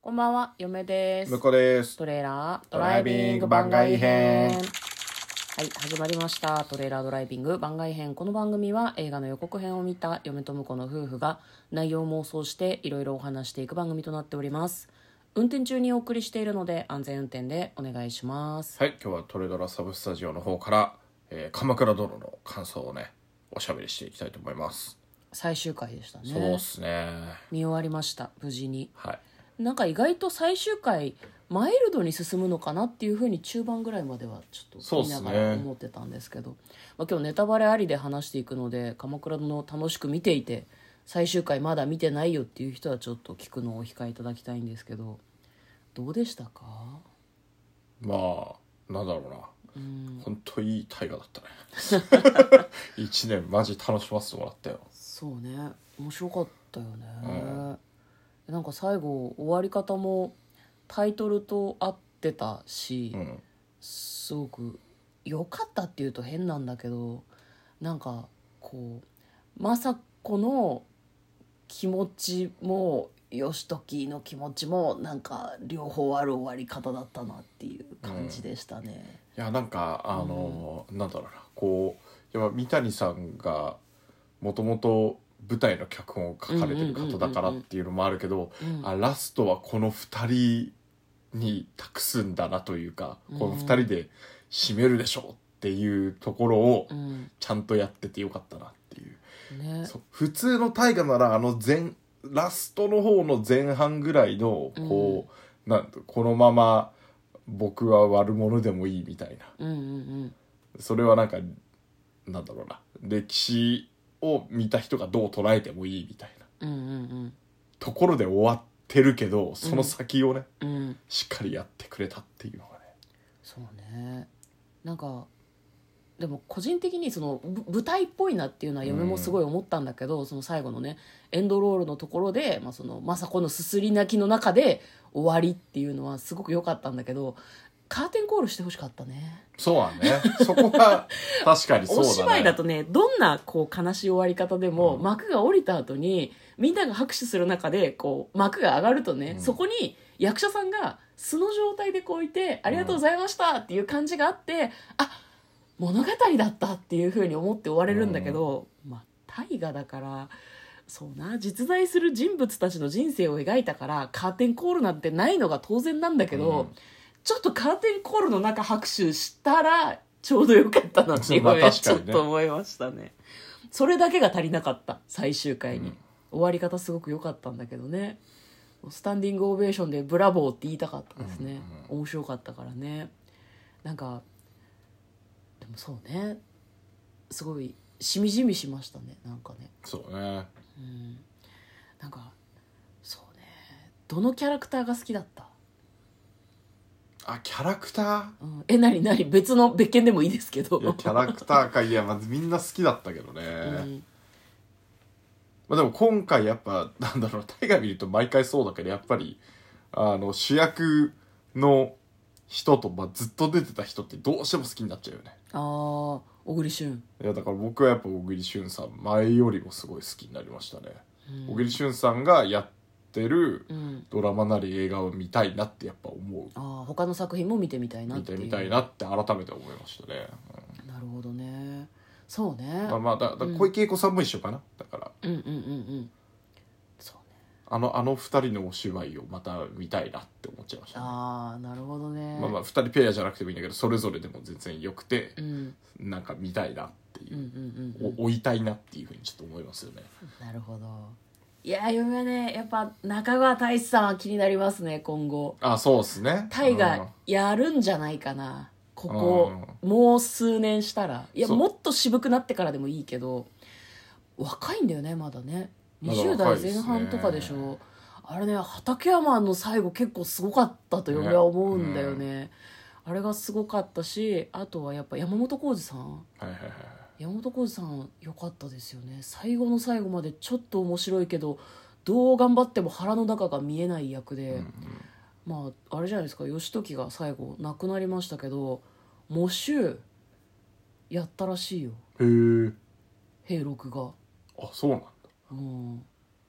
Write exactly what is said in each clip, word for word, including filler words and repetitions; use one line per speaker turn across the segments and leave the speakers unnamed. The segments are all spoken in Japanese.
こんばんは、嫁です。
向こうです。
トレーラード
ドライビング番外編。
はい、始まりました。トレーラードライビング番外編。この番組は映画の予告編を見た嫁と婿の夫婦が内容を妄想していろいろお話していく番組となっております。運転中にお送りしているので安全運転でお願いします。
はい、今日はトレドラサブスタジオの方から、えー、鎌倉殿の感想をねおしゃべりしていきたいと思います。
最終回でしたね。
そうっすね。
見終わりました、無事に。
はい。
なんか意外と最終回マイルドに進むのかなっていう風に中盤ぐらいまではちょっと見ながら思ってたんですけど、まあ、今日ネタバレありで話していくので鎌倉殿楽しく見ていて最終回まだ見てないよっていう人はちょっと聞くのをお控えいただきたいんですけど、どうでしたか？
まあなんだろうな、うん、本当いい大河だったね一年マジ楽しませてもらったよ。
そうね、面白かったよね、うんなんか最後終わり方もタイトルと合ってたし、うん、すごく良かったっていうと変なんだけど、なんかこう政子の気持ちも義時の気持ちもなんか両方ある終わり方だったなっていう感じでしたね、
うん、いやなんかあの、うん、なんだろうな、こうやっぱ三谷さんがもともと舞台の脚本を書かれてる方だからっていうのもあるけど、あラストはこのふたりに託すんだなというか、うん、このふたりで締めるでしょうっていうところをちゃんとやっててよかったなっていう、ね、そう普通の大河ならあの前ラストの方の前半ぐらいのこう、うん、なんこのまま僕は悪者でもいいみたいな、うんうんうん、それはなんかなんだろうな、歴史を見た人がどう捉えてもいいみたいな、うんうんうん、ところで終わってるけどその先をね、うん、しっかりやってくれたっていうのがね。
そうね、なんかでも個人的にその舞台っぽいなっていうのは嫁もすごい思ったんだけど、うん、その最後のねエンドロールのところで、まあ、その政子のすすり泣きの中で終わりっていうのはすごく良かったんだけど、カーテンコールしてほしかったね。
そうだね、そこは確かにそうだね。
お芝居だとね、どんなこう悲しい終わり方でも、うん、幕が降りた後にみんなが拍手する中でこう幕が上がるとね、うん、そこに役者さんが素の状態でこういて、ありがとうございましたっていう感じがあって、うん、あ物語だったっていう風に思って終われるんだけど、うん、まあ大河だからそうな、実在する人物たちの人生を描いたからカーテンコールなんてないのが当然なんだけど、うん、ちょっとカーテンコールの中拍手したらちょうどよかったなって今ねちょっと思いましたね。それだけが足りなかった最終回に、うん、終わり方すごく良かったんだけどね、スタンディングオベーションでブラボーって言いたかったですね、うんうん、面白かったからね。なんかでもそうね、すごいしみじみしましたね、なんかね。
そうね、
うん、なんかそうね、どのキャラクターが好きだった？
あ、キャラクター、
うん、え、なになに、別の別件でもいいですけど。
いやキャラクターか、いやまずみんな好きだったけどね、うんまあ、でも今回やっぱなんだろう、大河見ると毎回そうだけどやっぱりあの主役の人と、まあ、ずっと出てた人ってどうしても好きになっちゃうよね。
ああ、小栗旬。
いやだから僕はやっぱ小栗旬さん前よりもすごい好きになりましたね、うん、小栗旬さんがやってるドラマなり映画を見たいなってやっぱ思う、
うん、あ、他の作品も見てみたいなっていう、
見てみたいなって改めて思いましたね、
うん、なるほどね。そうね、
まあまあ だ, だ小池栄子さんも一緒かな、だから
うんうんうんうんそうね、
あのあの二人のお芝居をまた見たいなって思っちゃいましたね。
ああ、なるほどね。
まあまあ二人ペアじゃなくてもいいんだけどそれぞれでも全然よくて、うん、なんか見たいなっていう、うんうんうんうん、追いたいなっていうふうにちょっと思いますよね。
なるほど。いや嫁はねやっぱ中川大志さんは気になりますね今後。
あ、そうっすね、
大河やるんじゃないかな、ここ、うん、もう数年したら。いやもっと渋くなってからでもいいけど、若いんだよねまだね、にじゅう代前半とかでしょ、まあれね、畠山の最後結構すごかったと嫁は思うんだよね、ね、うん、あれがすごかったし、あとはやっぱ山本浩二さん、はいはいはい、山本浩二さん良かったですよね。最後の最後までちょっと面白いけどどう頑張っても腹の中が見えない役で、うんうん、まああれじゃないですか、義時が最後亡くなりましたけど喪主やったらしいよ、
へえ、
平六が。
あ、そうなんだ、
うん、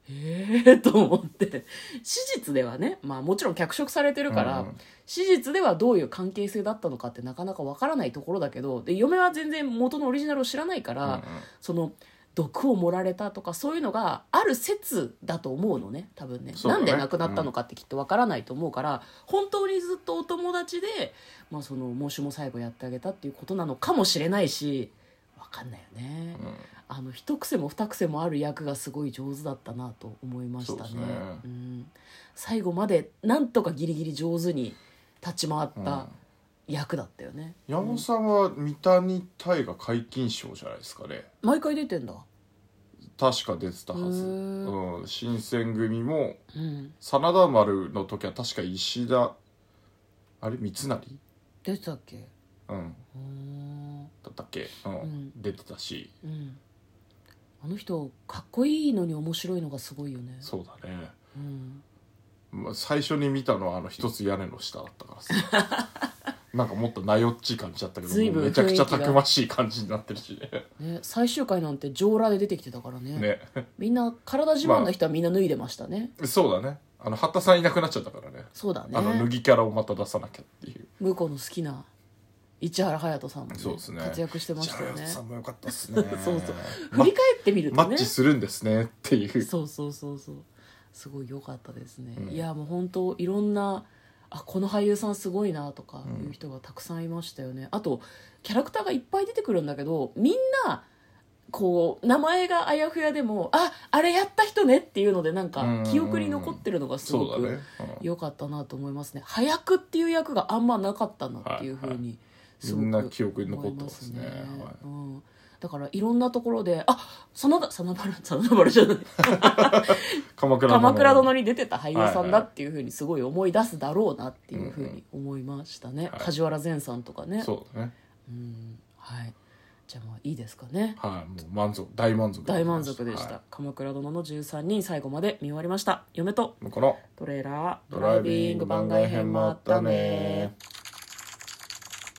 へえと思って史実ではね、まあ、もちろん脚色されてるから、
うん、
史実ではどういう関係性だったのかってなかなかわからないところだけど、で嫁は全然元のオリジナルを知らないから、
うんうん、
その毒を盛られたとかそういうのがある説だと思うのね、多分ね。
そうだね
なんで亡くなったのかってきっとわからないと思うから、うん、本当にずっとお友達で、まあ、その孟子も最後やってあげたっていうことなのかもしれないし、わかんないよね、うん、あの一癖も二癖もある役がすごい上手だったなと思いました ね,
ね、
うん、最後までなんとかギリギリ上手に立ち回った役だったよね、
うん、山本さんは三谷大河皆勤賞じゃないですかね。
毎回出てんだ。
確か出てたはず、うん、新選組も、
うん、
真田丸の時は確か石田あれ三成
出てたっけ。
うん、だったっけ、うんうん、出てたし、
うん、あの人かっこいいのに面白いのがすごいよね。
そうだね、
うん、
まあ、最初に見たのはあの一つ屋根の下だったからさなんかもっとなよっちい感じだったけどもうめちゃくちゃたくましい感じになってるし ね,
ね最終回なんて上裸で出てきてたからね
ね
みんな体自慢の人はみんな脱いでましたね、
まあ、そうだね。あの八田さんいなくなっちゃったからね。
そうだね。
あの脱ぎキャラをまた出さなきゃっていう。
向こうの好きな市原隼人さんも、ね、
そうですね、
活躍してましたよね。
市原隼人さんも良かったっすね
そうそう振り返ってみるとね、
マッチするんですねっていう。
そうそうそうそうすごい良かったですね、
うん、
いやもう本当いろんなあこの俳優さんすごいなとかいう人がたくさんいましたよね、うん、あとキャラクターがいっぱい出てくるんだけどみんなこう名前があやふやでもああれやった人ねっていうのでなんか記憶に残ってるのがすごく良かったなと思いますね。早くっていう役があんまなかったなっていうふうにすごく思いますね、
みんな記憶に残ってますね、はい、
うん、だからいろんなところであ真田真田丸真田丸じゃない
鎌倉
鎌倉殿に出てた俳優さんだっていうふうにすごい思い出すだろうなっていうふうに思いましたね、うんうん、梶原善さんとかね。
そうだね、
うん、はい、じゃあまあいいですかね。
はい、もう満足大満足
大満足でした、はい、鎌倉殿のじゅうさんにん最後まで見終わりました。嫁と
この
トレーラー
ドライビング番外編もあったね。